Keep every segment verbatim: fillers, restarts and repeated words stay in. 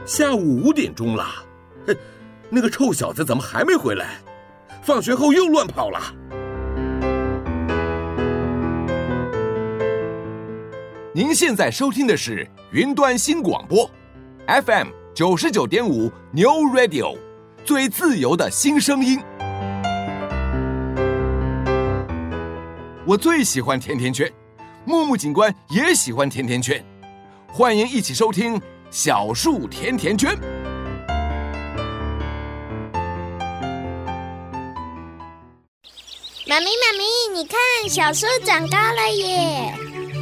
下午五点钟了，哼，那个臭小子怎么还没回来？放学后又乱跑了。 您现在收听的是云端新广播 F M 九十九点五 New Radio， 最自由的新声音。我最喜欢甜甜圈，木木警官也喜欢甜甜圈，欢迎一起收听小树甜甜圈。 妈咪妈咪，你看，小树长高了耶！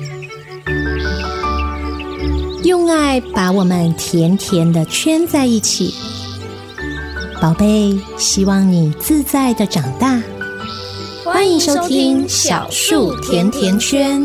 用爱把我们甜甜的圈在一起，宝贝，希望你自在的长大。欢迎收听小树甜甜圈。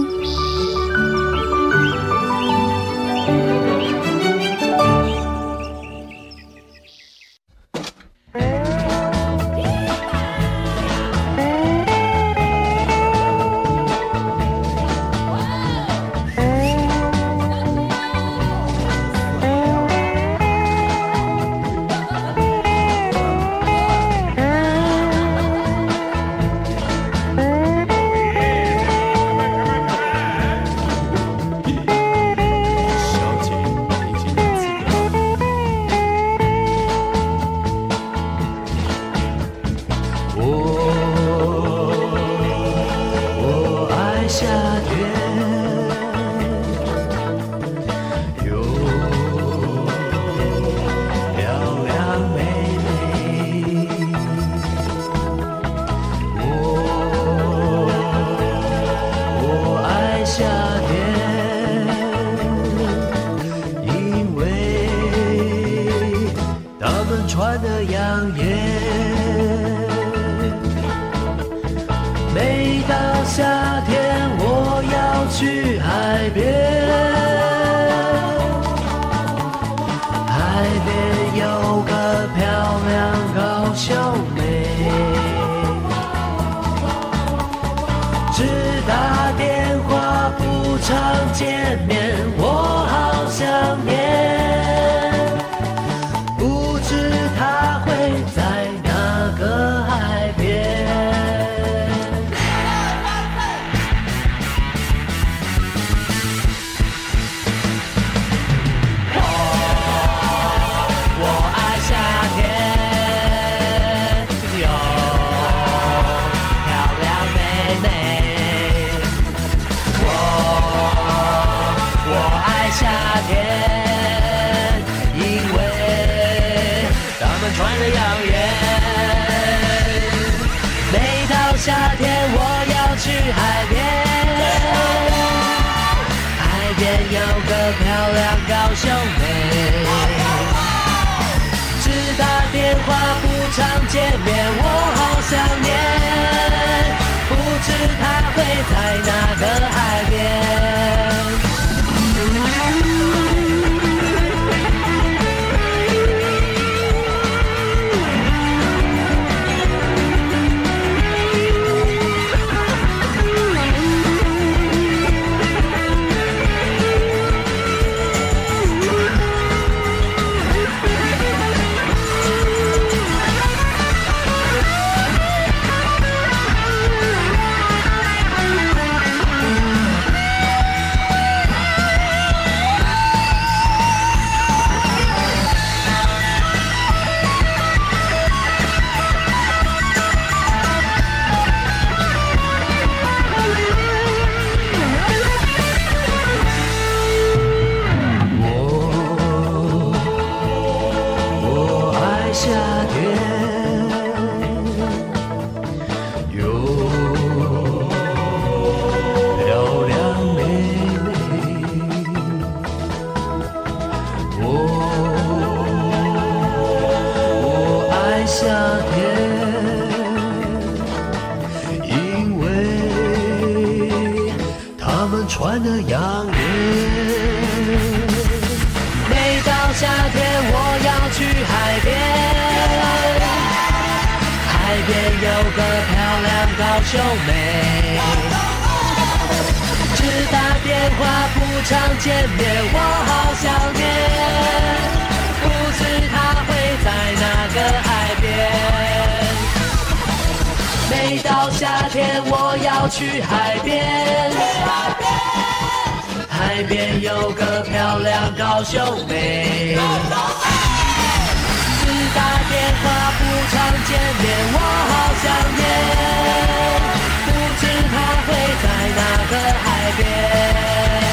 常见面，我好想念。不要去海边，海边，海边有个漂亮高秀妹，只打电话不常见面，我好想念，不知她会在哪个海边。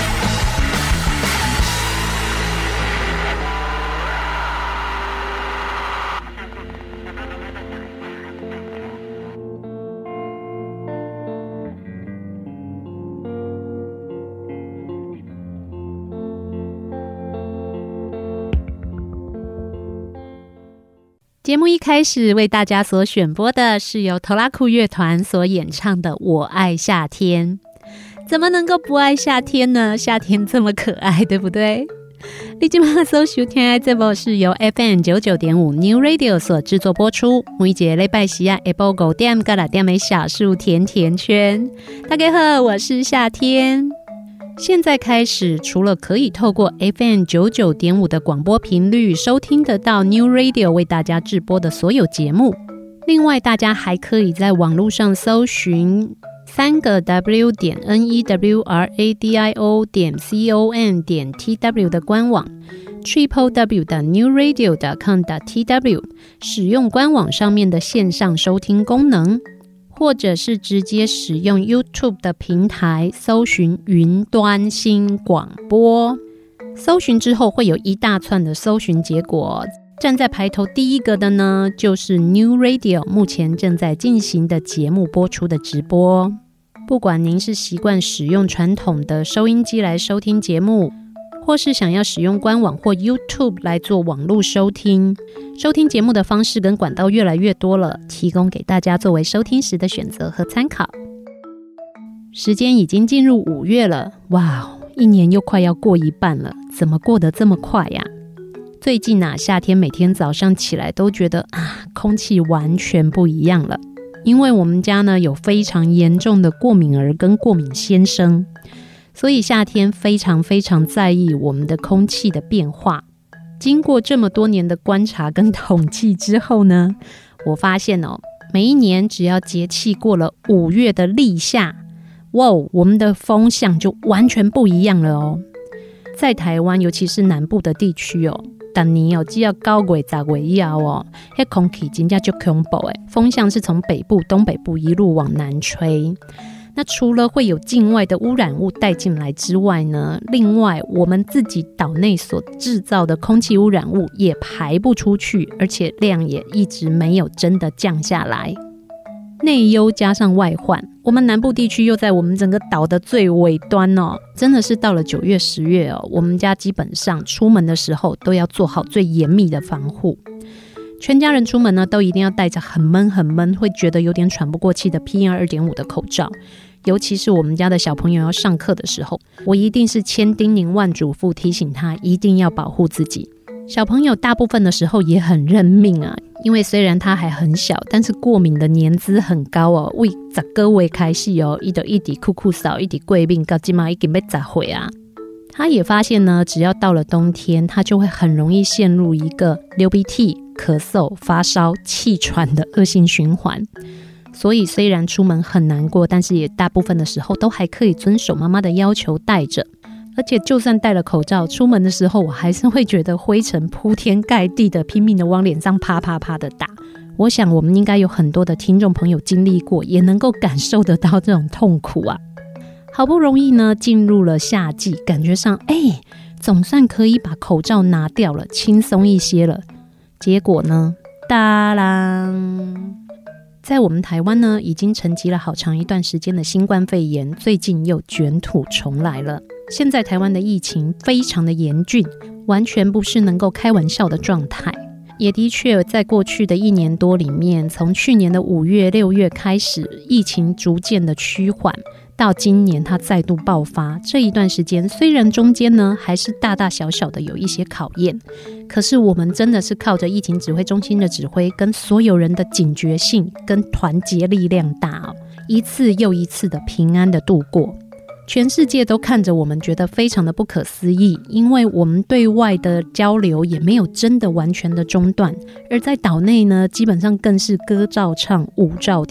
节目一开始为大家所选播的是由头拉库乐团所演唱的《我爱夏天》。怎么能够不爱夏天呢？夏天这么可爱，对不对？你今晚所收听的这部是由 F M 九十九点五 New Radio 所制作播出，每一个礼拜四啊下晡五点到六点的小树甜甜圈。大家好，我是夏天。现在开始，除了可以透过 F M 九十九点五 的广播频率收听得到 New Radio 为大家制播的所有节目，另外大家还可以在网络上搜寻三个 W 点 N E W R A D I O 点 C O M 点 T W 的官网 triple W 的 new radio 点 com 点 T W 使用官网上面的线上收听功能，或者是直接使用 YouTube 的平台搜寻云端新广播，搜寻之后会有一大串的搜寻结果，站在排头第一个的呢就是 New Radio 目前正在进行的节目播出的直播。不管您是习惯使用传统的收音机来收听节目，或是想要使用官网或 YouTube 来做网络收听，收听节目的方式跟管道越来越多了，提供给大家作为收听时的选择和参考。时间已经进入五月了，哇，一年又快要过一半了，怎么过得这么快呀？最近啊，夏天每天早上起来都觉得啊，空气完全不一样了。因为我们家呢有非常严重的过敏儿跟过敏先生，所以夏天非常非常在意我们的空气的变化。经过这么多年的观察跟统计之后呢，我发现哦，每一年只要节气过了五月的立夏，哇，我们的风向就完全不一样了哦。在台湾，尤其是南部的地区哦，但你哦，只要九月、十月以后哦，那空气真的就恐怖诶，风向是从北部、东北部一路往南吹。那除了会有境外的污染物带进来之外呢，另外我们自己岛内所制造的空气污染物也排不出去，而且量也一直没有真的降下来。内忧加上外患，我们南部地区又在我们整个岛的最尾端哦，真的是到了九月、十月哦，我们家基本上出门的时候都要做好最严密的防护。全家人出门呢，都一定要戴着很闷很闷，会觉得有点喘不过气的 P M 二点五 的口罩。尤其是我们家的小朋友要上课的时候，我一定是千叮咛万嘱咐提醒他一定要保护自己。小朋友大部分的时候也很认命啊，因为虽然他还很小，但是过敏的年资很高哦，为十个月开始哦，他就一直酷酷扫，一直过敏，到现在已经要十岁啊。他也发现呢，只要到了冬天，他就会很容易陷入一个流鼻涕、咳嗽、发烧、气喘的恶性循环。所以虽然出门很难过，但是也大部分的时候都还可以遵守妈妈的要求戴着。而且就算戴了口罩，出门的时候我还是会觉得灰尘铺天盖地的，拼命的往脸上啪啪啪的打。我想我们应该有很多的听众朋友经历过，也能够感受得到这种痛苦啊。好不容易呢进入了夏季，感觉上哎，总算可以把口罩拿掉了，轻松一些了。结果呢，哒啦，在我们台湾呢，已经沉寂了好长一段时间的新冠肺炎，最近又卷土重来了。现在台湾的疫情非常的严峻，完全不是能够开玩笑的状态。也的确在过去的一年多里面，从去年的五月、六月开始，疫情逐渐的趋缓，到今年它再度爆发。这一段时间虽然中间呢还是大大小小的有一些考验，可是我们真的是靠着疫情指挥中心的指挥，跟所有人的警觉性跟团结力量大哦，一次又一次的平安的度过。全世界都看着我们，觉得非常的不可思议，因为我们对外的交流也没有真的完全的中断，而在岛内呢，基本上更是歌照唱，舞照跳，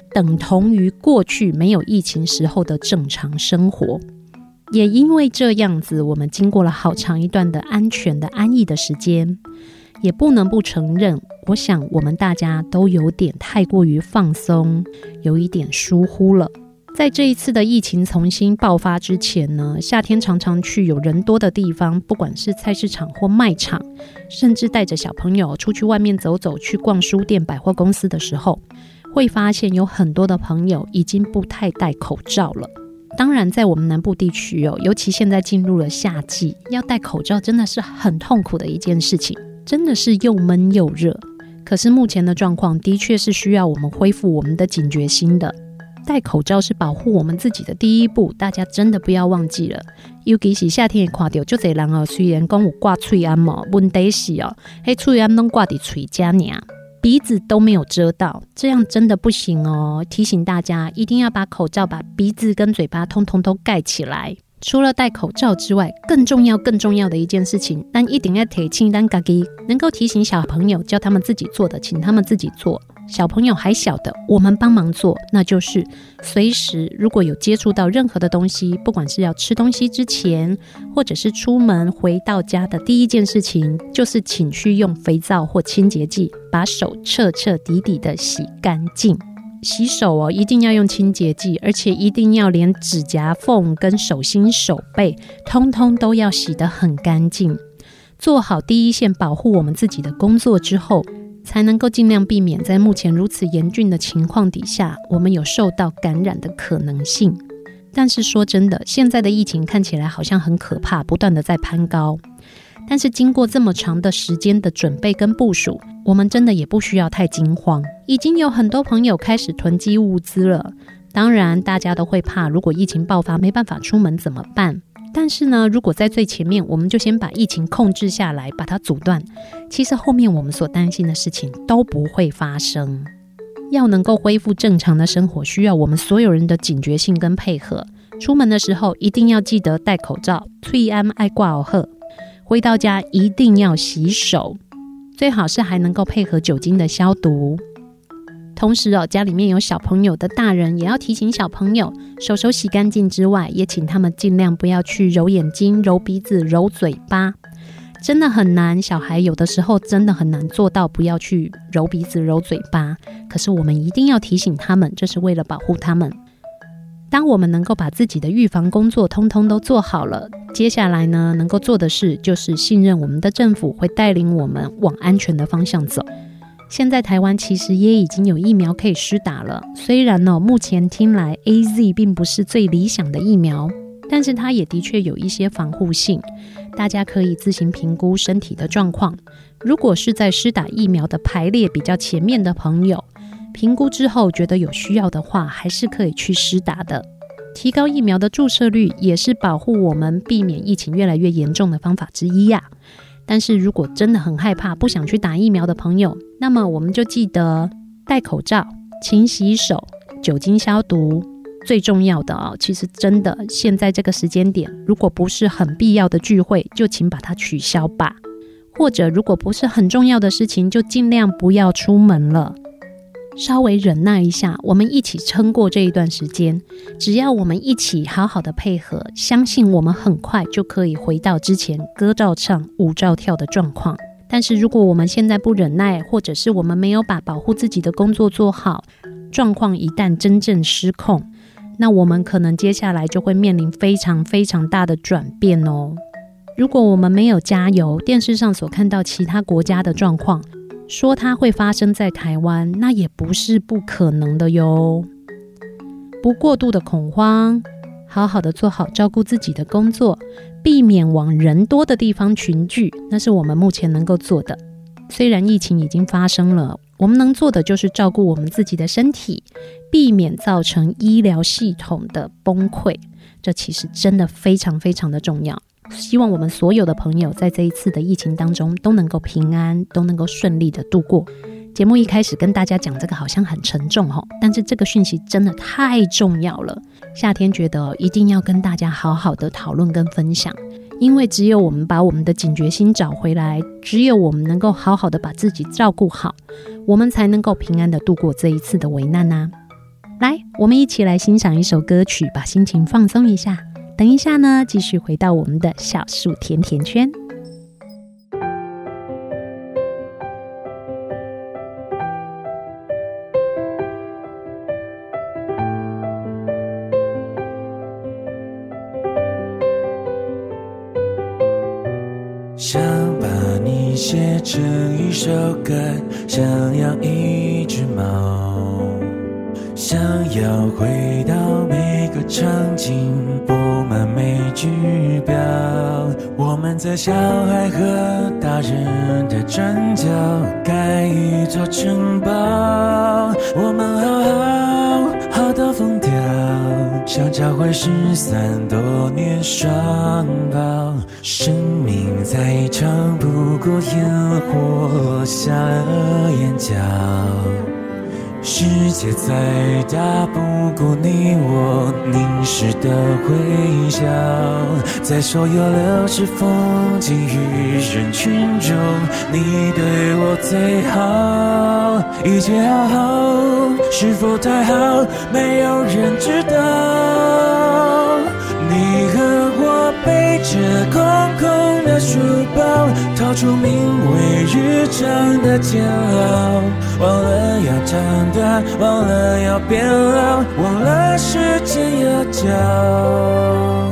等同于过去没有疫情时候的正常生活。也因为这样子，我们经过了好长一段的安全的安逸的时间，也不能不承认，我想我们大家都有点太过于放松，有一点疏忽了。在这一次的疫情重新爆发之前呢，夏天常常去有人多的地方，不管是菜市场或卖场，甚至带着小朋友出去外面走走，去逛书店百货公司的时候，会发现有很多的朋友已经不太戴口罩了。当然在我们南部地区哦，尤其现在进入了夏季，要戴口罩真的是很痛苦的一件事情，真的是又闷又热。可是目前的状况的确是需要我们恢复我们的警觉心的。戴口罩是保护我们自己的第一步，大家真的不要忘记了。尤其是夏天也看到很多人哦，虽然说有挂嘴安哦，问题是哦，那嘴安都挂在嘴加而已，鼻子都没有遮到，这样真的不行哦。提醒大家一定要把口罩把鼻子跟嘴巴通通都盖起来。除了戴口罩之外，更重要更重要的一件事情，但一定要提醒咱自己，能够提醒小朋友叫他们自己做的，请他们自己做。小朋友还小的，我们帮忙做，那就是随时如果有接触到任何的东西，不管是要吃东西之前，或者是出门回到家的第一件事情，就是请去用肥皂或清洁剂把手彻彻底底的洗干净。洗手哦，一定要用清洁剂，而且一定要连指甲缝跟手心手背通通都要洗得很干净。做好第一线保护我们自己的工作之后，才能够尽量避免在目前如此严峻的情况底下，我们有受到感染的可能性。但是说真的，现在的疫情看起来好像很可怕，不断的在攀高。但是经过这么长的时间的准备跟部署，我们真的也不需要太惊慌。已经有很多朋友开始囤积物资了。当然大家都会怕，如果疫情爆发没办法出门怎么办？但是呢，如果在最前面我们就先把疫情控制下来，把它阻断，其实后面我们所担心的事情都不会发生。要能够恢复正常的生活，需要我们所有人的警觉性跟配合。出门的时候一定要记得戴口罩，喙安爱挂袄好，回到家一定要洗手，最好是还能够配合酒精的消毒。同时哦，家里面有小朋友的大人也要提醒小朋友，手手洗干净之外，也请他们尽量不要去揉眼睛、揉鼻子、揉嘴巴，真的很难。小孩有的时候真的很难做到不要去揉鼻子、揉嘴巴，可是我们一定要提醒他们，这是为了保护他们。当我们能够把自己的预防工作通通都做好了，接下来呢，能够做的事就是信任我们的政府会带领我们往安全的方向走。现在台湾其实也已经有疫苗可以施打了，虽然呢、哦，目前听来 A Z 并不是最理想的疫苗，但是它也的确有一些防护性，大家可以自行评估身体的状况。如果是在施打疫苗的排列比较前面的朋友，评估之后觉得有需要的话，还是可以去施打的。提高疫苗的注射率也是保护我们避免疫情越来越严重的方法之一呀、啊。但是如果真的很害怕不想去打疫苗的朋友，那么我们就记得戴口罩、勤洗手、酒精消毒。最重要的哦，其实真的现在这个时间点，如果不是很必要的聚会，就请把它取消吧。或者如果不是很重要的事情，就尽量不要出门了。稍微忍耐一下，我们一起撑过这一段时间。只要我们一起好好的配合，相信我们很快就可以回到之前歌照唱舞照跳的状况。但是如果我们现在不忍耐，或者是我们没有把保护自己的工作做好，状况一旦真正失控，那我们可能接下来就会面临非常非常大的转变哦。如果我们没有加油，电视上所看到其他国家的状况，说它会发生在台湾，那也不是不可能的哟。不过度的恐慌，好好的做好照顾自己的工作，避免往人多的地方群聚，那是我们目前能够做的。虽然疫情已经发生了，我们能做的就是照顾我们自己的身体，避免造成医疗系统的崩溃，这其实真的非常非常的重要。希望我们所有的朋友在这一次的疫情当中都能够平安，都能够顺利的度过。节目一开始跟大家讲这个好像很沉重齁，但是这个讯息真的太重要了。夏天觉得一定要跟大家好好的讨论跟分享，因为只有我们把我们的警觉心找回来，只有我们能够好好的把自己照顾好，我们才能够平安的度过这一次的危难啊。 来，我们一起来欣赏一首歌曲，把心情放松一下。等一下呢，继续回到我们的小树甜甜圈。 想把你写成一首歌，想要一只猫，想要回到每个场景，布满每句标。我们在小孩和大人的转角盖一座城堡，我们好好好到疯掉，想找回失散多年双胞。生命在一场不过烟火下了眼角，世界再大不过你我凝视的微笑，在所有流逝风景与人群中，你对我最好，一切好好，是否太好，没有人知道。你和我背着空空的书包，逃出名为日常的煎熬，忘了要长大，忘了要变老，忘了时间要教。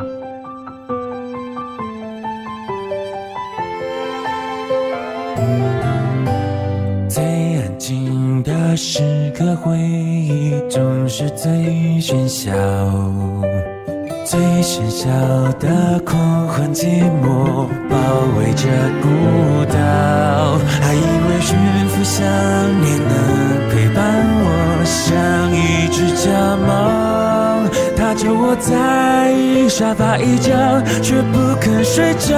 最安静的时刻，回忆总是最喧嚣，最喧嚣的狂欢寂寞包围着孤岛，还以为驯服想念能陪伴我，像一只家猫，它就窝在沙发一角，却不肯睡觉。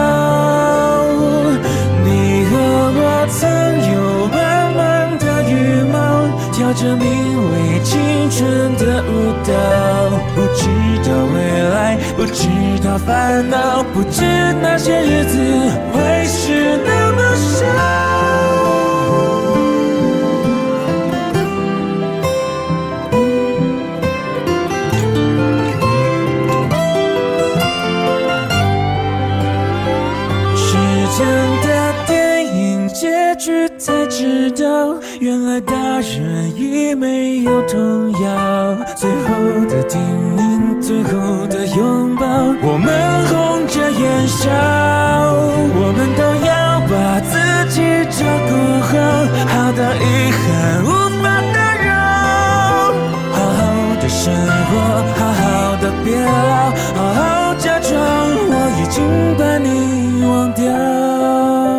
你和我曾有满满的羽毛，跳着名为青春的舞蹈，不知道未来，不知道烦恼，不知那些日子会是那么少。结局才知道，原来大人已没有童谣，最后的叮咛，最后的拥抱，我们红着眼笑，我们都要把自己照顾好，好到遗憾无法打扰，好好的生活，好好的别老，好好假装我已经把你忘掉。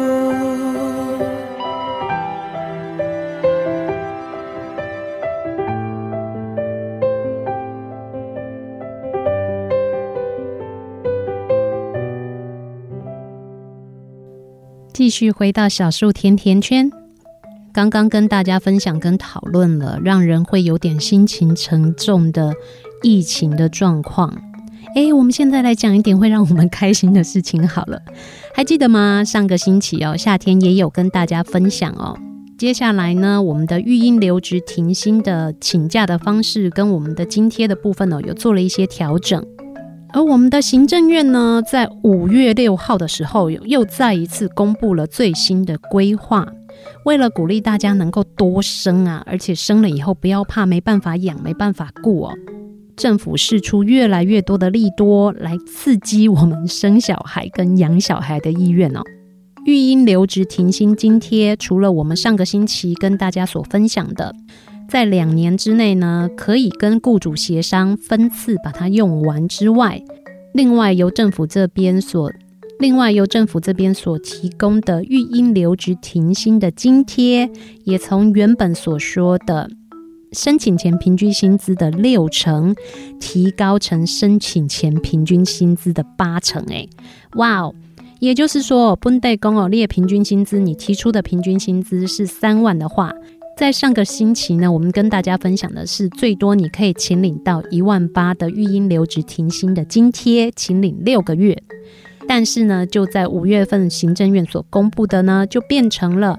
继续回到小树甜甜圈，刚刚跟大家分享跟讨论了让人会有点心情沉重的疫情的状况。诶，我们现在来讲一点会让我们开心的事情好了。还记得吗？上个星期哦，夏天也有跟大家分享哦。接下来呢，我们的育婴留职停薪的请假的方式跟我们的津贴的部分哦，有做了一些调整。而我们的行政院呢，在五月六号的时候，又再一次公布了最新的规划。为了鼓励大家能够多生啊，而且生了以后不要怕没办法养、没办法顾哦，政府释出越来越多的利多，来刺激我们生小孩跟养小孩的意愿哦。育婴留职停薪津贴，除了我们上个星期跟大家所分享的，在两年之内呢，可以跟雇主协商分次把它用完之外，另外由政府这边所另外由政府这边所提供的育婴留职停薪的津贴，也从原本所说的申请前平均薪资的六成，提高成申请前平均薪资的八成。哎，哇哦！也就是说，本地公哦，列平均薪资，你提出的平均薪资是三万的话，在上个星期呢，我们跟大家分享的是最多你可以请领到一万八的育婴留职停薪的津贴，请领六个月。但是呢，就在五月份行政院所公布的呢，就变成了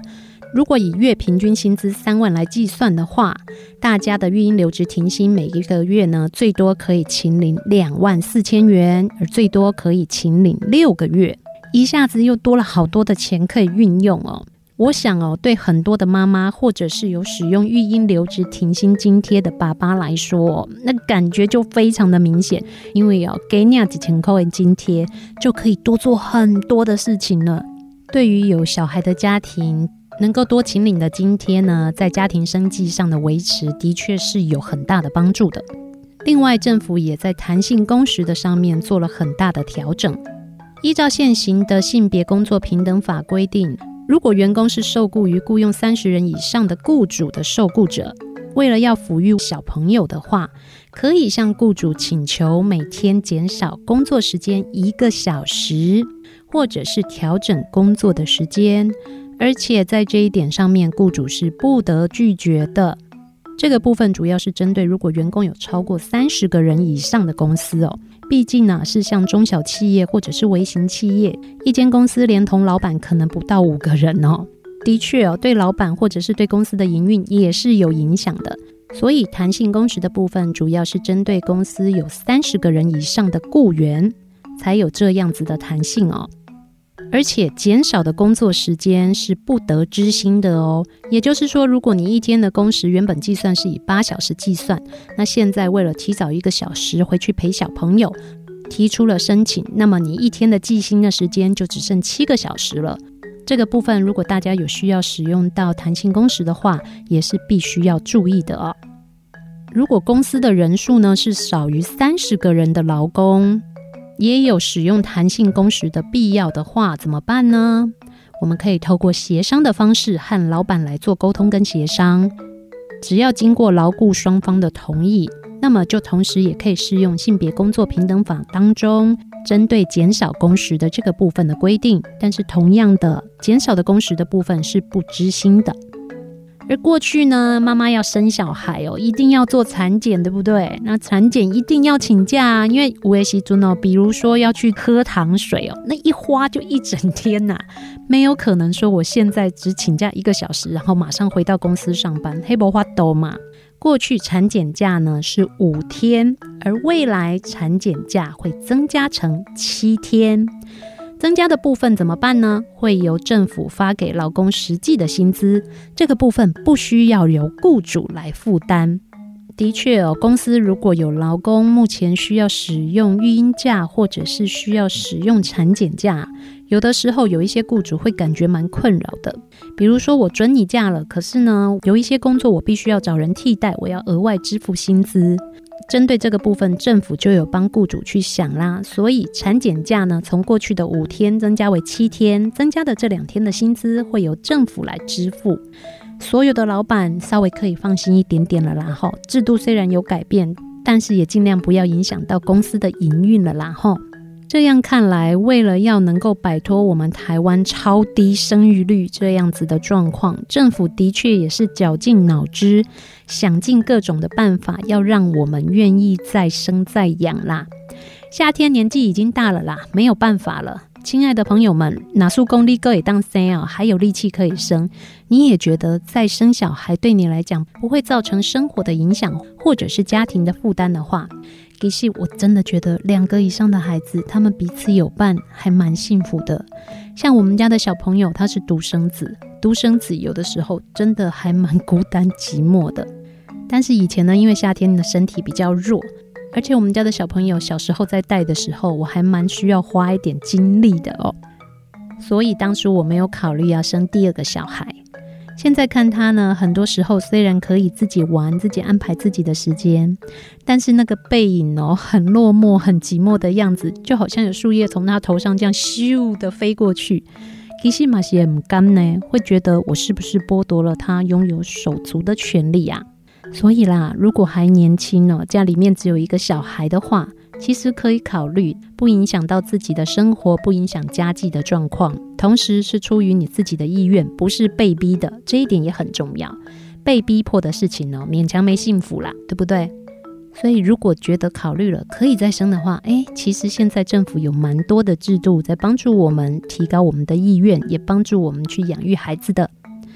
如果以月平均薪资三万来计算的话，大家的育婴留职停薪每一个月呢，最多可以请领两万四千元，而最多可以请领六个月，一下子又多了好多的钱可以运用哦。我想哦，对很多的妈妈或者是有使用育婴留职停薪津贴的爸爸来说、哦、那感觉就非常的明显，因为哦，给你几千块的津贴就可以多做很多的事情了。对于有小孩的家庭，能够多请领的津贴呢，在家庭生计上的维持的确是有很大的帮助的。另外，政府也在弹性工时的上面做了很大的调整。依照现行的性别工作平等法规定，如果员工是受雇于雇用三十人以上的雇主的受雇者，为了要抚育小朋友的话，可以向雇主请求每天减少工作时间一个小时，或者是调整工作的时间，而且在这一点上面，雇主是不得拒绝的。这个部分主要是针对如果员工有超过三十个人以上的公司哦，毕竟呢、啊、是像中小企业或者是微型企业，一间公司连同老板可能不到五个人哦。的确哦，对老板或者是对公司的营运也是有影响的。所以弹性工时的部分主要是针对公司有三十个人以上的雇员才有这样子的弹性哦。而且减少的工作时间是不得知薪的哦，也就是说，如果你一天的工时原本计算是以八小时计算，那现在为了提早一个小时回去陪小朋友，提出了申请，那么你一天的计薪的时间就只剩七个小时了。这个部分如果大家有需要使用到弹性工时的话，也是必须要注意的哦。如果公司的人数呢是少于三十个人的劳工，也有使用弹性工时的必要的话，怎么办呢？我们可以透过协商的方式和老板来做沟通跟协商，只要经过劳雇双方的同意，那么就同时也可以适用性别工作平等法当中针对减少工时的这个部分的规定，但是同样的，减少的工时的部分是不支薪的。而过去呢，妈妈要生小孩哦，一定要做产检，对不对？那产检一定要请假，因为有的时候呢，比如说要去喝糖水哦，那一花就一整天呐、啊，没有可能说我现在只请假一个小时，然后马上回到公司上班，黑不花兜嘛。过去产检假呢是五天，而未来产检假会增加成七天。增加的部分怎么办呢？会由政府发给劳工实际的薪资，这个部分不需要由雇主来负担。的确哦，公司如果有劳工目前需要使用育婴假或者是需要使用产检假，有的时候有一些雇主会感觉蛮困扰的。比如说我准你假了，可是呢有一些工作我必须要找人替代，我要额外支付薪资。针对这个部分，政府就有帮雇主去想啦，所以产检假呢，从过去的五天增加为七天，增加的这两天的薪资会由政府来支付。所有的老板稍微可以放心一点点了啦吼，制度虽然有改变，但是也尽量不要影响到公司的营运了啦吼。这样看来，为了要能够摆脱我们台湾超低生育率这样子的状况，政府的确也是绞尽脑汁，想尽各种的办法，要让我们愿意再生再养啦。夏天年纪已经大了啦，没有办法了。亲爱的朋友们，哪数公力哥也当生啊，还有力气可以生，你也觉得再生小孩对你来讲不会造成生活的影响，或者是家庭的负担的话，其实我真的觉得两个以上的孩子，他们彼此有伴，还蛮幸福的。像我们家的小朋友，他是独生子，独生子有的时候真的还蛮孤单寂寞的。但是以前呢，因为夏天的身体比较弱，而且我们家的小朋友小时候在带的时候，我还蛮需要花一点精力的哦，所以当初我没有考虑要生第二个小孩。现在看他呢，很多时候虽然可以自己玩，自己安排自己的时间，但是那个背影哦，很落寞很寂寞的样子，就好像有树叶从他头上这样咻的飞过去。其实嘛是也不甘呢，会觉得我是不是剥夺了他拥有手足的权利啊？所以啦，如果还年轻哦，家里面只有一个小孩的话，其实可以考虑不影响到自己的生活，不影响家计的状况，同时是出于你自己的意愿，不是被逼的，这一点也很重要。被逼迫的事情哦，勉强没幸福啦，对不对？所以如果觉得考虑了可以再生的话，诶，其实现在政府有蛮多的制度在帮助我们提高我们的意愿，也帮助我们去养育孩子的。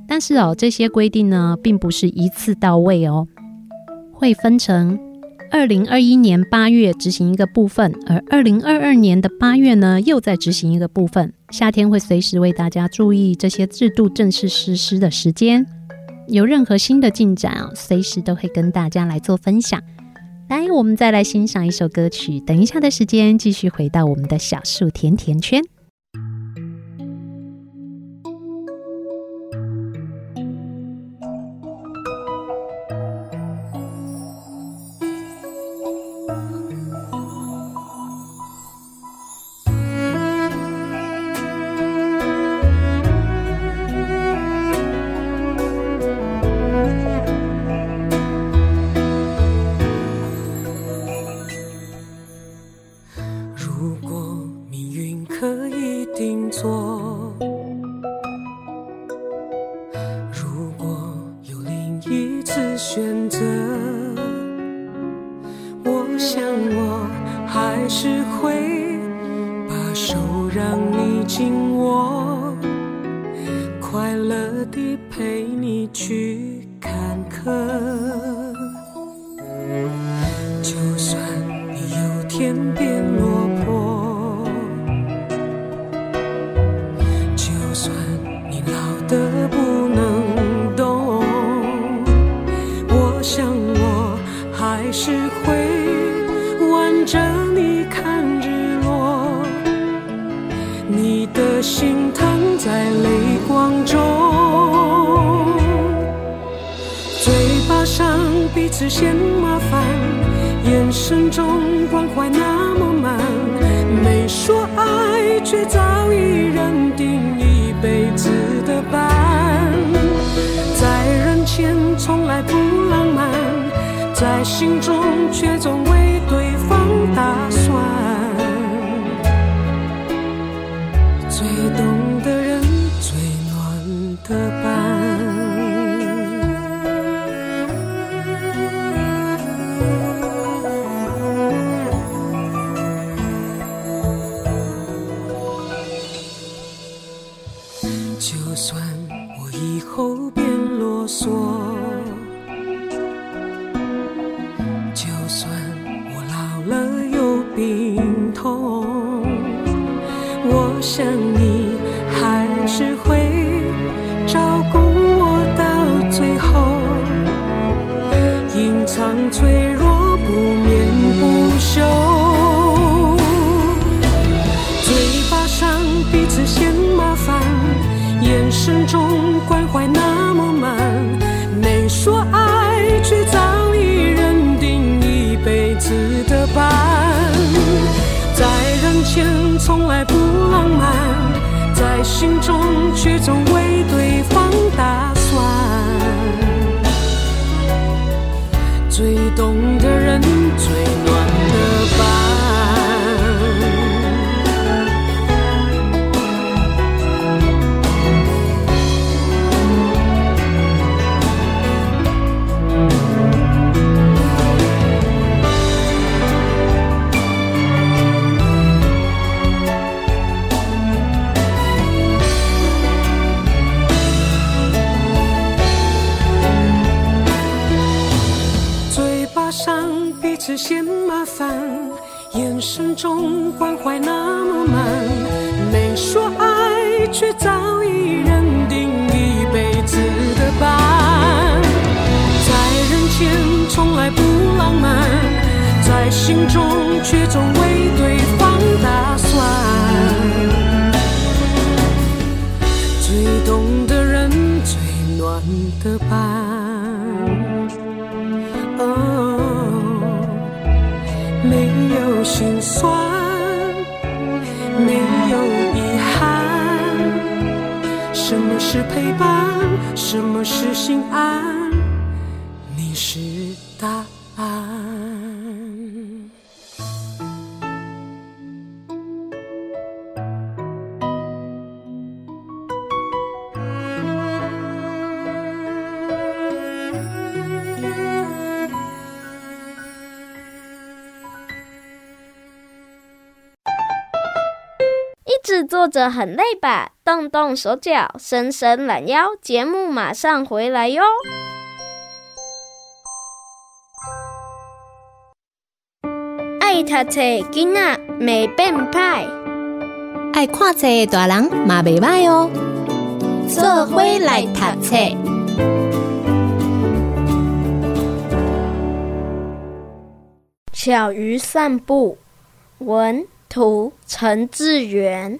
但是哦，这些规定呢，并不是一次到位哦，会分成二零二一年八月执行一个部分，而二零二二年的八月呢，又再执行一个部分。夏天会随时为大家注意这些制度正式实施的时间，有任何新的进展啊，随时都会跟大家来做分享。来，我们再来欣赏一首歌曲，等一下的时间继续回到我们的小树甜甜圈。 制作者很累吧？动动手脚，伸伸懒腰，节目马上回来哟。爱读册囡仔袂变歹， 爱看册的大人嘛袂歹哦。做伙来读册。 小鱼散步，文图陈志远。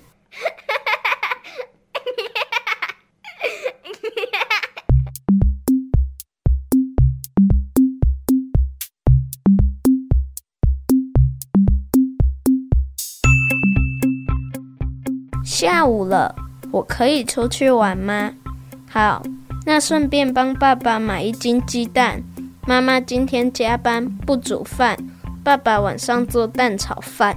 下午了，我可以出去玩吗？好，那顺便帮爸爸买一斤鸡蛋。妈妈今天加班不煮饭，爸爸晚上做蛋炒饭。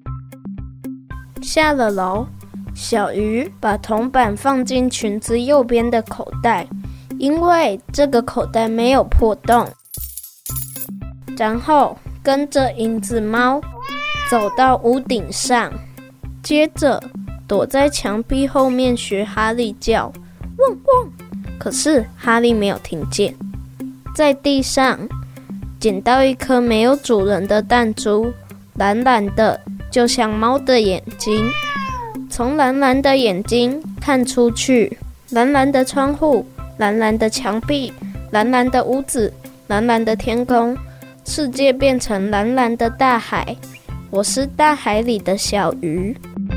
下了楼，小鱼把铜板放进裙子右边的口袋，因为这个口袋没有破洞。然后跟着影子猫走到屋顶上，接着躲在墙壁后面学哈利叫汪汪，可是哈利没有听见。在地上捡到一颗没有主人的弹珠，蓝蓝的，就像猫的眼睛。从蓝蓝的眼睛看出去，蓝蓝的窗户，蓝蓝的墙壁，蓝蓝的屋子，蓝蓝的天空，世界变成蓝蓝的大海。我是大海里的小鱼。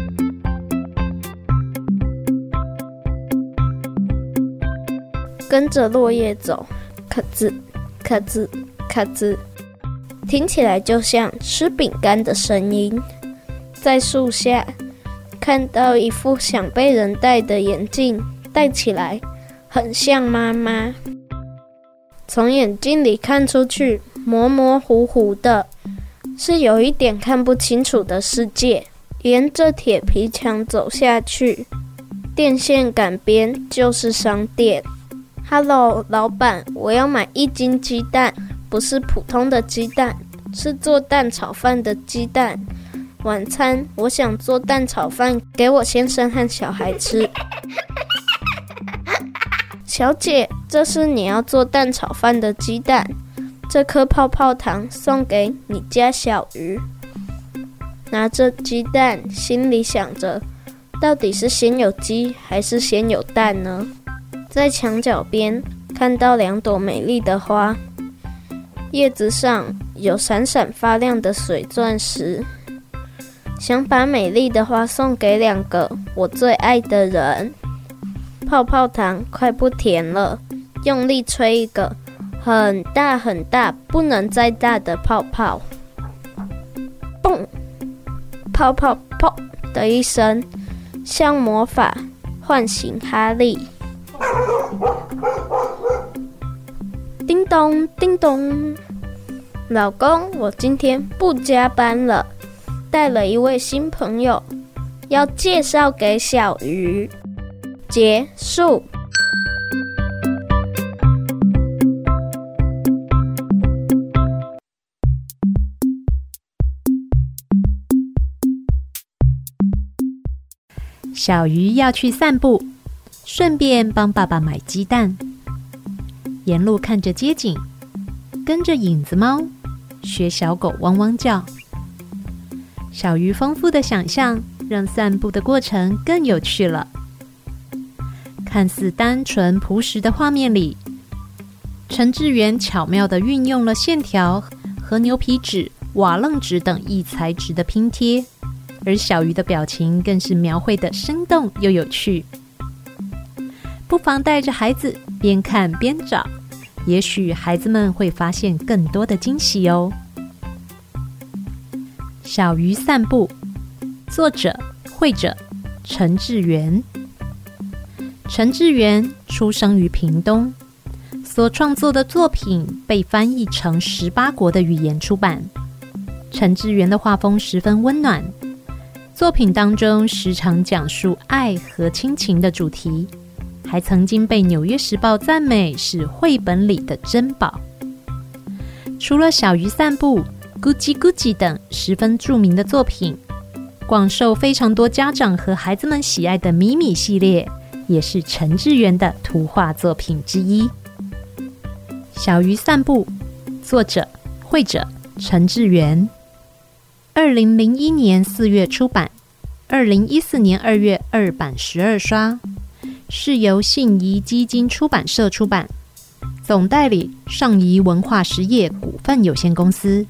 跟着落叶走，咔吱咔吱咔吱，听起来就像吃饼干的声音。在树下看到一副想被人戴的眼镜，戴起来很像妈妈。从眼镜里看出去，模模糊糊的，是有一点看不清楚的世界。沿着铁皮墙走下去，电线杆边就是商店。Hello， 老板，我要买一斤鸡蛋，不是普通的鸡蛋，是做蛋炒饭的鸡蛋。晚餐我想做蛋炒饭给我先生和小孩吃。小姐，这是你要做蛋炒饭的鸡蛋，这颗泡泡糖送给你家小鱼。拿着鸡蛋，心里想着，到底是先有鸡还是先有蛋呢？在墙角边看到两朵美丽的花，叶子上有闪闪发亮的水钻石。想把美丽的花送给两个我最爱的人。泡泡糖快不甜了，用力吹一个很大很大不能再大的泡泡。嘣！泡泡砰的一声，像魔法唤醒哈利。叮咚叮咚，老公，我今天不加班了，带了一位新朋友，要介绍给小鱼。结束。 小鱼要去散步，顺便帮爸爸买鸡蛋。沿路看着街景，跟着影子猫学小狗汪汪叫。小鱼丰富的想象让散步的过程更有趣了。看似单纯朴实的画面里，陈志远巧妙地运用了线条和牛皮纸、瓦楞纸等异材质的拼贴，而小鱼的表情更是描绘得生动又有趣。不妨带着孩子边看边找，也许孩子们会发现更多的惊喜哦。小鱼散步，作者、绘者陈志远。陈志远出生于屏东，所创作的作品被翻译成十八国的语言出版。陈志远的画风十分温暖，作品当中时常讲述爱和亲情的主题，还曾经被《纽约时报》赞美是绘本里的珍宝。除了小鱼散步、咕叽咕叽等十分著名的作品， 广受非常多家长和孩子们喜爱的米米系列，也是陈致元的图画作品之一。小鱼散步，作者绘者陈致元，二零零一年四月出版，二零一四年二月二版十二刷，是由信宜基金出版社出版，总代理上宜文化实业股份有限公司。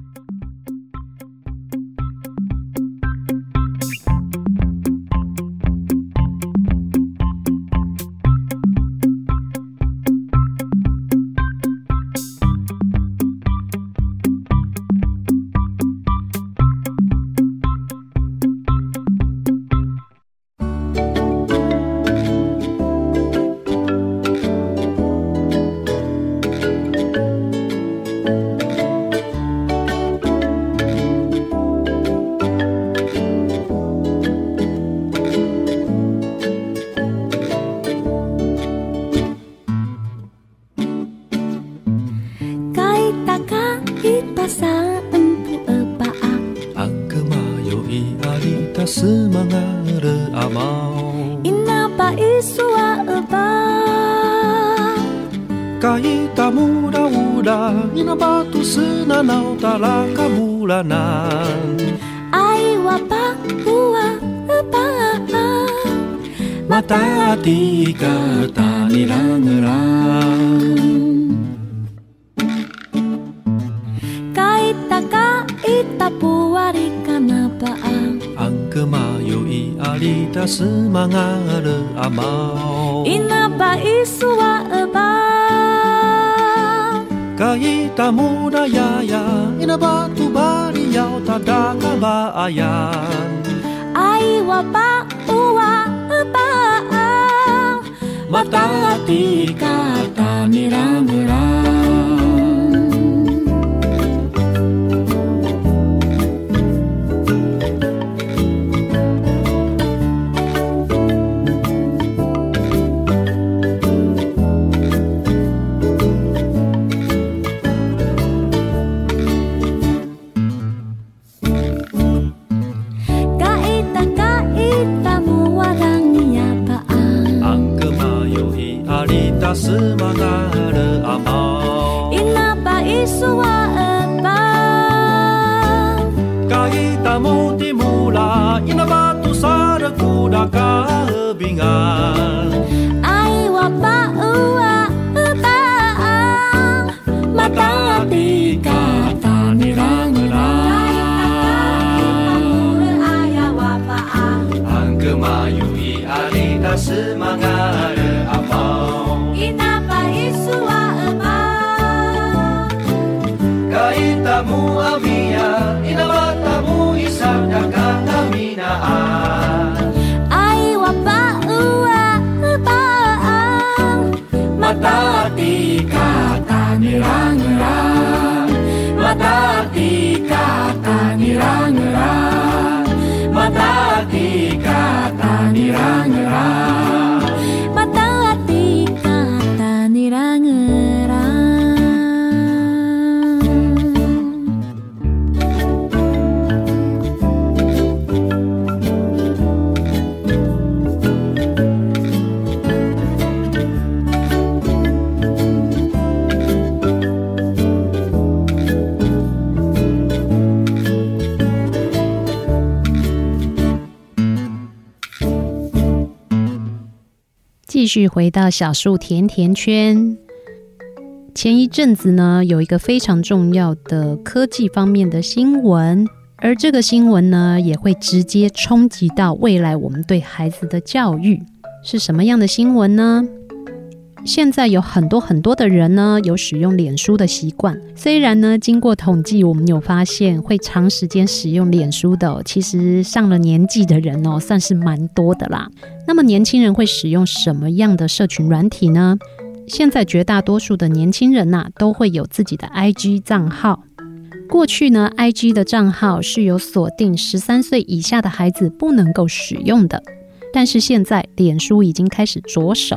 继续回到小树甜甜圈。前一阵子呢，有一个非常重要的科技方面的新闻，而这个新闻呢，也会直接冲击到未来我们对孩子的教育。是什么样的新闻呢？现在有很多很多的人呢，有使用脸书的习惯。虽然呢，经过统计，我们有发现会长时间使用脸书的、哦，其实上了年纪的人哦，算是蛮多的啦。那么年轻人会使用什么样的社群软体呢？现在绝大多数的年轻人啊，都会有自己的 I G 账号。过去呢 I G 的账号是有锁定十三岁以下的孩子不能够使用的，但是现在脸书已经开始着手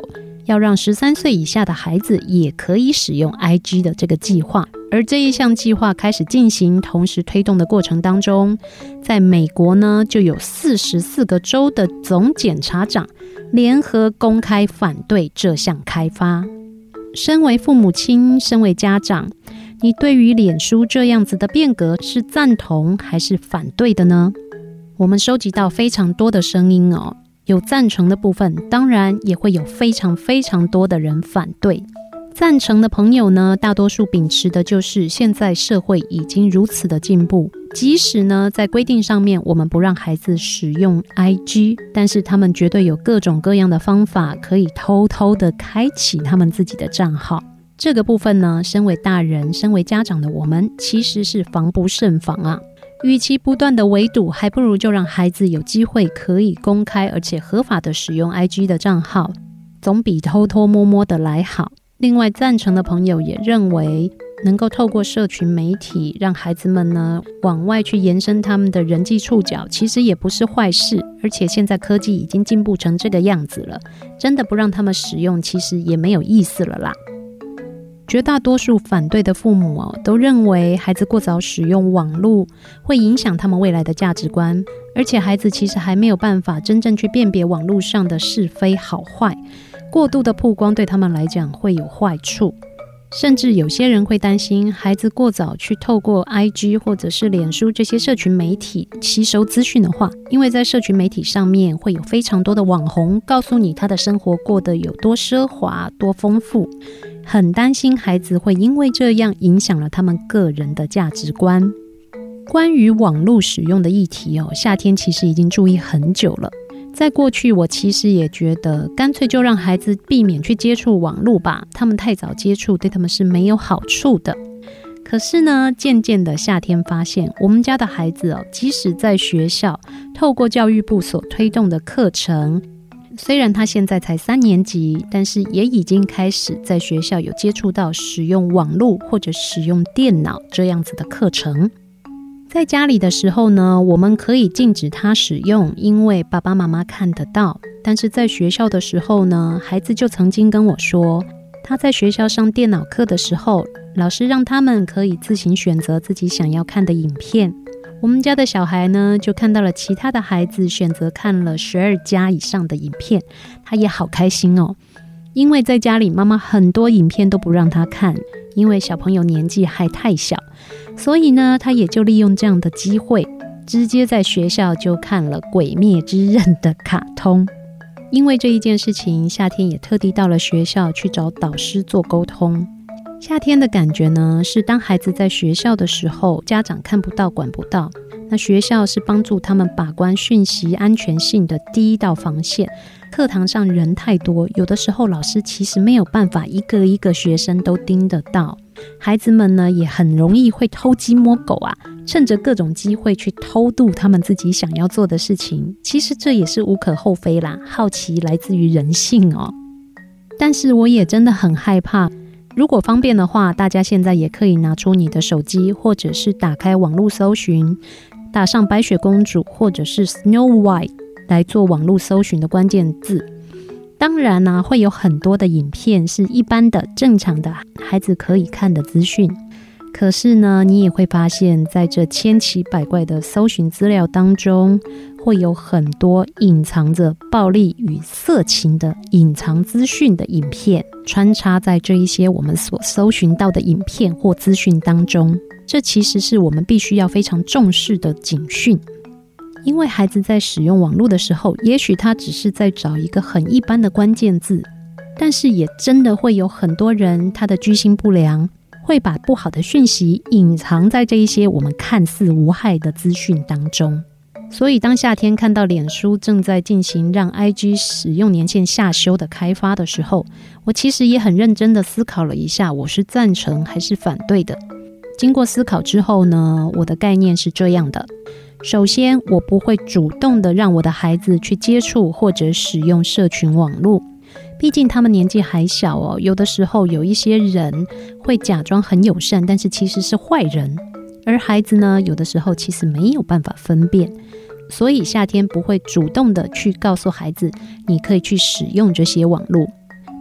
要让十三岁以下的孩子也可以使用 I G 的这个计划。而这一项计划开始进行，同时推动的过程当中，在美国呢，就有四十四个州的总检察长联合公开反对这项开发。身为父母亲，身为家长，你对于脸书这样子的变革是赞同还是反对的呢？我们收集到非常多的声音哦，有赞成的部分，当然也会有非常非常多的人反对。赞成的朋友呢，大多数秉持的就是现在社会已经如此的进步，即使呢在规定上面我们不让孩子使用 I G， 但是他们绝对有各种各样的方法可以偷偷的开启他们自己的账号。这个部分呢，身为大人身为家长的我们其实是防不胜防啊。与其不断的围堵，还不如就让孩子有机会可以公开而且合法的使用 I G 的账号，总比偷偷摸摸的来好。另外，赞成的朋友也认为，能够透过社群媒体让孩子们呢往外去延伸他们的人际触角，其实也不是坏事。而且现在科技已经进步成这个样子了，真的不让他们使用，其实也没有意思了啦。绝大多数反对的父母哦，都认为孩子过早使用网络会影响他们未来的价值观，而且孩子其实还没有办法真正去辨别网络上的是非好坏，过度的曝光对他们来讲会有坏处。甚至有些人会担心孩子过早去透过 I G 或者是脸书这些社群媒体吸收资讯的话，因为在社群媒体上面会有非常多的网红告诉你他的生活过得有多奢华多丰富，很担心孩子会因为这样影响了他们个人的价值观。关于网络使用的议题哦，夏天其实已经注意很久了。在过去我其实也觉得干脆就让孩子避免去接触网络吧，他们太早接触对他们是没有好处的。可是呢，渐渐的夏天发现我们家的孩子哦，即使在学校透过教育部所推动的课程，虽然他现在才三年级，但是也已经开始在学校有接触到使用网络或者使用电脑这样子的课程。在家里的时候呢，我们可以禁止他使用，因为爸爸妈妈看得到。但是在学校的时候呢，孩子就曾经跟我说，他在学校上电脑课的时候，老师让他们可以自行选择自己想要看的影片。我们家的小孩呢，就看到了其他的孩子选择看了十二加以上的影片，他也好开心哦。因为在家里妈妈很多影片都不让他看，因为小朋友年纪还太小，所以呢，他也就利用这样的机会，直接在学校就看了《鬼灭之刃》的卡通。因为这一件事情，夏天也特地到了学校去找导师做沟通。夏天的感觉呢，是当孩子在学校的时候，家长看不到管不到，那学校是帮助他们把关讯息安全性的第一道防线。课堂上人太多，有的时候老师其实没有办法一个一个学生都盯得到，孩子们呢也很容易会偷鸡摸狗啊，趁着各种机会去偷渡他们自己想要做的事情。其实这也是无可厚非啦，好奇来自于人性哦。但是我也真的很害怕，如果方便的话，大家现在也可以拿出你的手机，或者是打开网络搜寻，打上白雪公主或者是 Snow White 来做网络搜寻的关键字。当然啊，会有很多的影片是一般的正常的孩子可以看的资讯，可是呢，你也会发现在这千奇百怪的搜寻资料当中，会有很多隐藏着暴力与色情的隐藏资讯的影片穿插在这一些我们所搜寻到的影片或资讯当中。这其实是我们必须要非常重视的警讯。因为孩子在使用网络的时候，也许他只是在找一个很一般的关键字，但是也真的会有很多人他的居心不良，会把不好的讯息隐藏在这一些我们看似无害的资讯当中。所以当夏天看到脸书正在进行让 I G 使用年限下修的开发的时候，我其实也很认真的思考了一下，我是赞成还是反对的。经过思考之后呢，我的概念是这样的。首先，我不会主动的让我的孩子去接触或者使用社群网络，毕竟他们年纪还小哦，有的时候有一些人会假装很友善，但是其实是坏人，而孩子呢，有的时候其实没有办法分辨，所以夏天不会主动的去告诉孩子你可以去使用这些网络。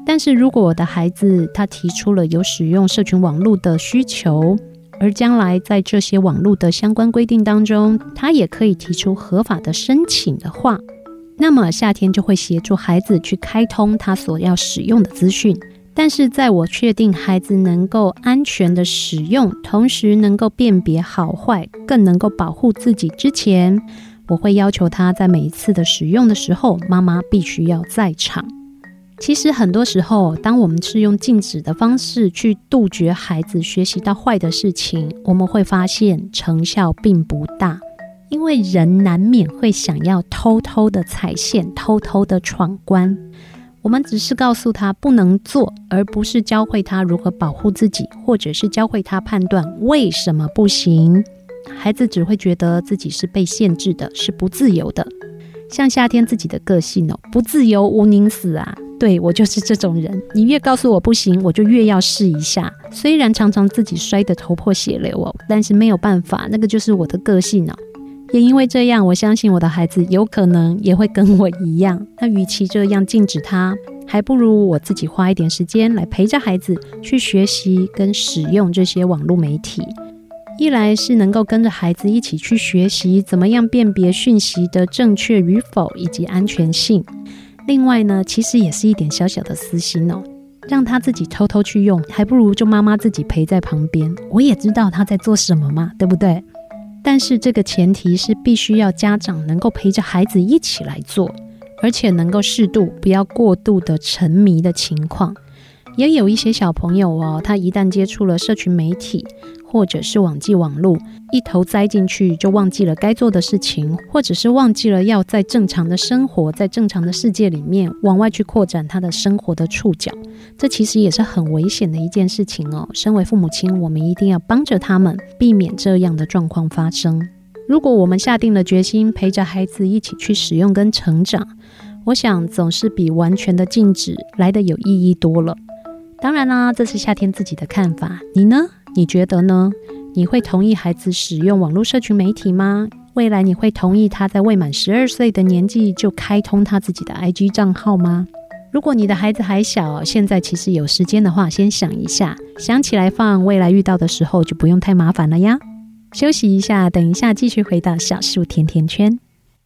但是如果我的孩子他提出了有使用社群网络的需求，而将来在这些网络的相关规定当中，他也可以提出合法的申请的话，那么夏天就会协助孩子去开通他所要使用的资讯。但是在我确定孩子能够安全的使用，同时能够辨别好坏，更能够保护自己之前，我会要求他在每一次的使用的时候，妈妈必须要在场。其实很多时候，当我们是用禁止的方式去杜绝孩子学习到坏的事情，我们会发现成效并不大。因为人难免会想要偷偷的踩线，偷偷的闯关。我们只是告诉他不能做，而不是教会他如何保护自己，或者是教会他判断为什么不行。孩子只会觉得自己是被限制的，是不自由的。像夏天自己的个性哦，不自由无宁死啊。对，我就是这种人，你越告诉我不行，我就越要试一下。虽然常常自己摔得头破血流哦，但是没有办法，那个就是我的个性哦。也因为这样，我相信我的孩子有可能也会跟我一样。那与其这样禁止他，还不如我自己花一点时间来陪着孩子去学习跟使用这些网络媒体。一来是能够跟着孩子一起去学习怎么样辨别讯息的正确与否以及安全性，另外呢，其实也是一点小小的私心哦，让他自己偷偷去用，还不如就妈妈自己陪在旁边，我也知道他在做什么嘛，对不对？但是这个前提是必须要家长能够陪着孩子一起来做，而且能够适度，不要过度的沉迷的情况。也有一些小朋友哦，他一旦接触了社群媒体或者是网际网络，一头栽进去就忘记了该做的事情，或者是忘记了要在正常的生活，在正常的世界里面往外去扩展他的生活的触角。这其实也是很危险的一件事情哦。身为父母亲，我们一定要帮着他们避免这样的状况发生。如果我们下定了决心陪着孩子一起去使用跟成长，我想总是比完全的禁止来得有意义多了。当然啦，这是夏天自己的看法，你呢？你觉得呢？你会同意孩子使用网络社群媒体吗？未来你会同意他在未满十二岁的年纪就开通他自己的 I G 账号吗？如果你的孩子还小，现在其实有时间的话，先想一下，想起来放，未来遇到的时候就不用太麻烦了呀。休息一下，等一下继续回到小树甜甜圈。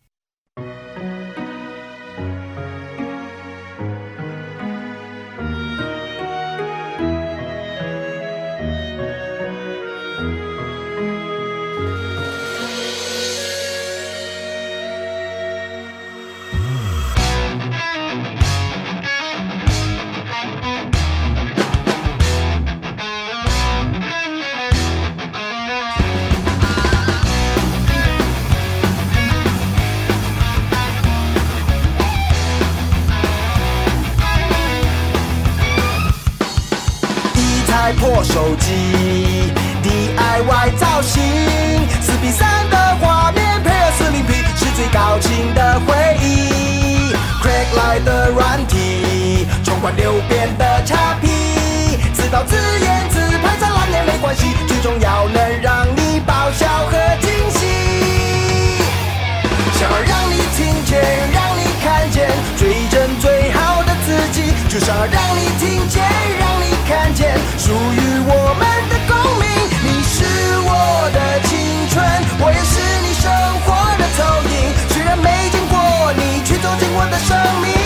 破手机 D I Y 造型，四比三的画面配合四零 P 是最高清的回忆。Crack 来的软体，冲关流变的叉 P， 自导自演自拍再烂也没关系，最重要能让你爆笑和惊喜。想要让你听见，让你看见最真最好的自己，就想要让你听见，让你看见属于我们的共鸣。你是我的青春，我也是你生活的投影，虽然没见过你，却走进我的生命。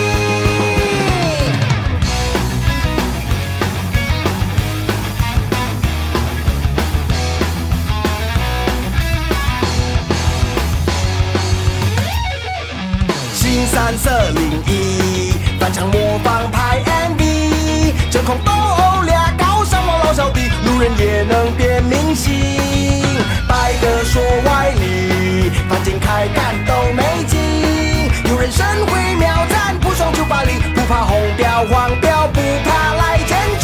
新三色零一翻唱模仿拍 M V， 真空斗殴俩高上网老小弟，路人也能变明星。白的说歪理，反正开干都没劲。有人神会秒赞，不爽就霸凌，不怕红标黄标，不怕来检举。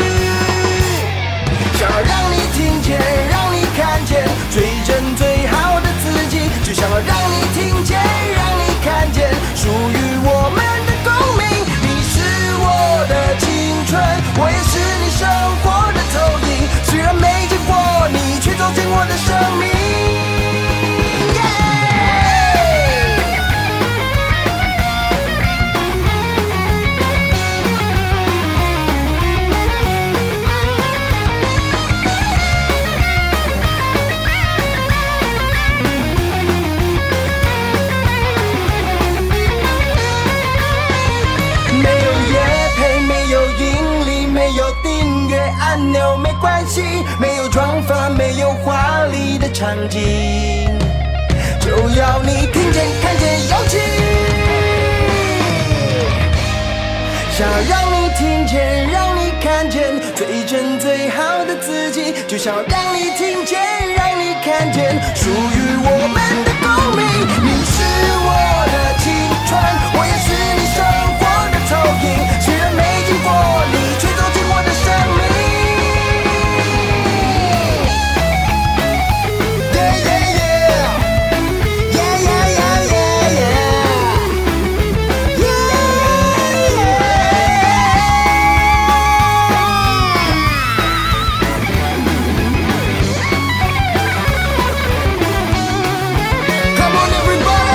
想要让你听见，让你看见最真最好的自己，就想要让你听见，让你看见属于我们的共鸣。你是我的青春，我也是你生活的投影，虽然没见过你，却走进我的生命。 关系，没有妆发，没有华丽的场景，就要你听见、看见、勇气。想让你听见，让你看见最真最好的自己，就想让你听见，让你看见属于我们的共鸣。你是我的青春，我也是你生活的投影，虽然没经过你，却走进我的生命。Yeah yeah yeah yeah yeah yeah yeah yeah Come on everybody!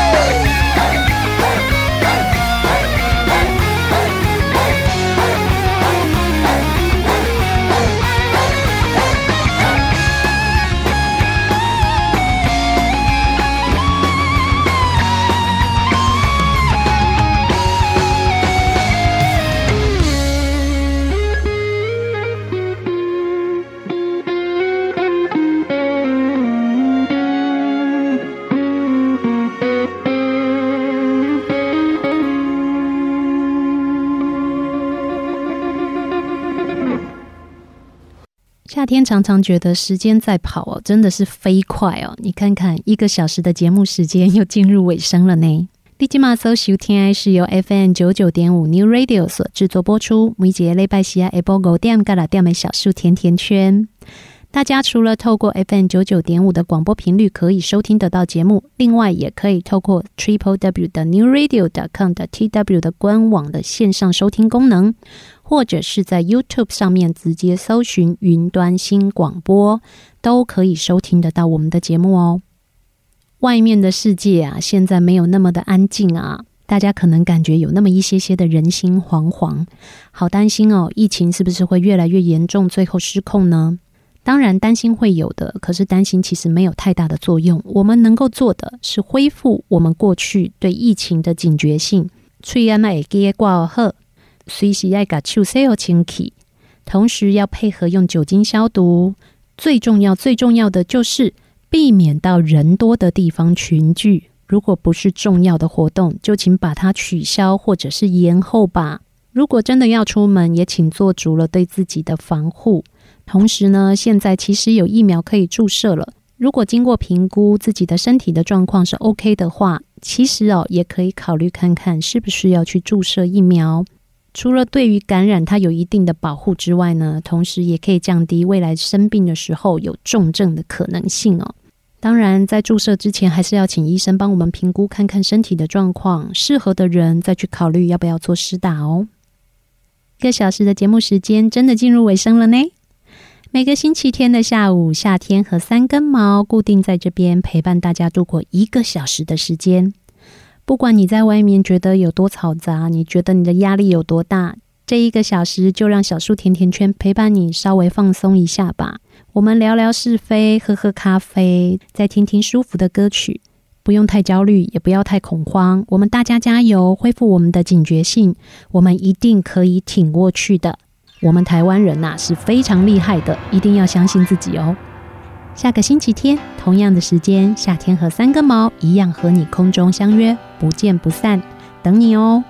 夏天常常觉得时间在跑哦，真的是飞快哦！你看看，一个小时的节目时间又进入尾声了呢。你现在所收听的是由 F M 九十九点五 New Radio 所制作播出，每一个礼拜四下午五点到六点的小树甜甜圈。大家除了透过 F M 九十九点五 的广播频率可以收听得到节目，另外也可以透过 triple w 的 new radio dot com 的 T W 的官网的线上收听功能，或者是在 YouTube 上面直接搜寻云端新广播，都可以收听得到我们的节目哦。外面的世界啊，现在没有那么的安静啊，大家可能感觉有那么一些些的人心惶惶，好担心哦，疫情是不是会越来越严重，最后失控呢？当然担心会有的，可是担心其实没有太大的作用。我们能够做的是恢复我们过去对疫情的警觉性，嘴安会记得挂好，随时要把手洗好清气，同时要配合用酒精消毒。最重要最重要的就是避免到人多的地方群聚，如果不是重要的活动，就请把它取消或者是延后吧。如果真的要出门，也请做足了对自己的防护。同时呢，现在其实有疫苗可以注射了，如果经过评估自己的身体的状况是 OK 的话，其实哦也可以考虑看看是不是要去注射疫苗。除了对于感染它有一定的保护之外呢，同时也可以降低未来生病的时候有重症的可能性哦。当然在注射之前还是要请医生帮我们评估看看身体的状况，适合的人再去考虑要不要做施打哦。一个小时的节目时间真的进入尾声了呢。每个星期天的下午，夏天和三根毛固定在这边陪伴大家度过一个小时的时间。不管你在外面觉得有多嘈杂，你觉得你的压力有多大，这一个小时就让小树甜甜圈陪伴你稍微放松一下吧。我们聊聊是非，喝喝咖啡，再听听舒服的歌曲，不用太焦虑，也不要太恐慌，我们大家加油，恢复我们的警觉性，我们一定可以挺过去的。我们台湾人啊是非常厉害的，一定要相信自己哦。下个星期天同样的时间，夏天和三根毛一样和你空中相约，不见不散，等你哦。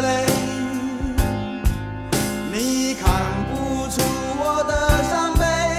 你看不出我的伤悲。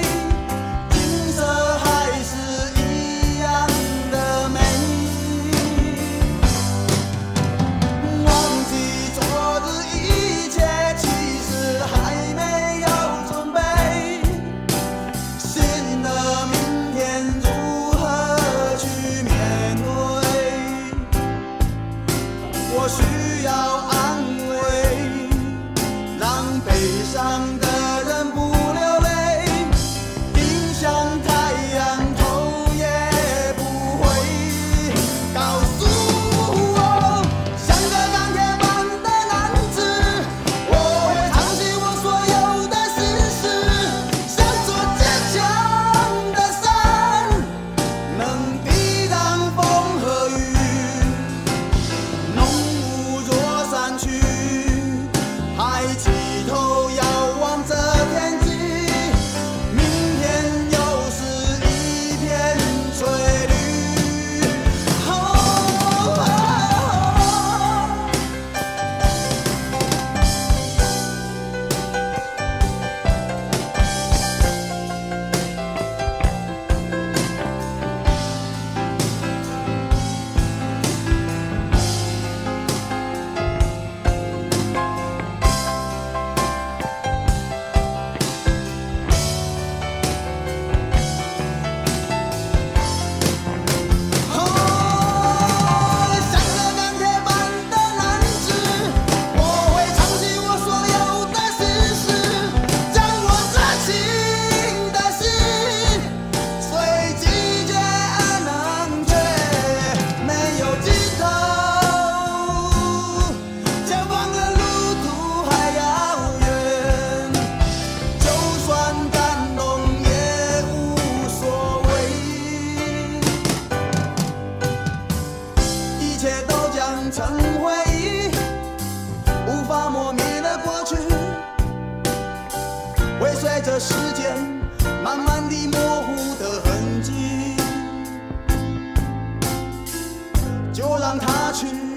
随着时间慢慢地模糊的痕迹，就让它去。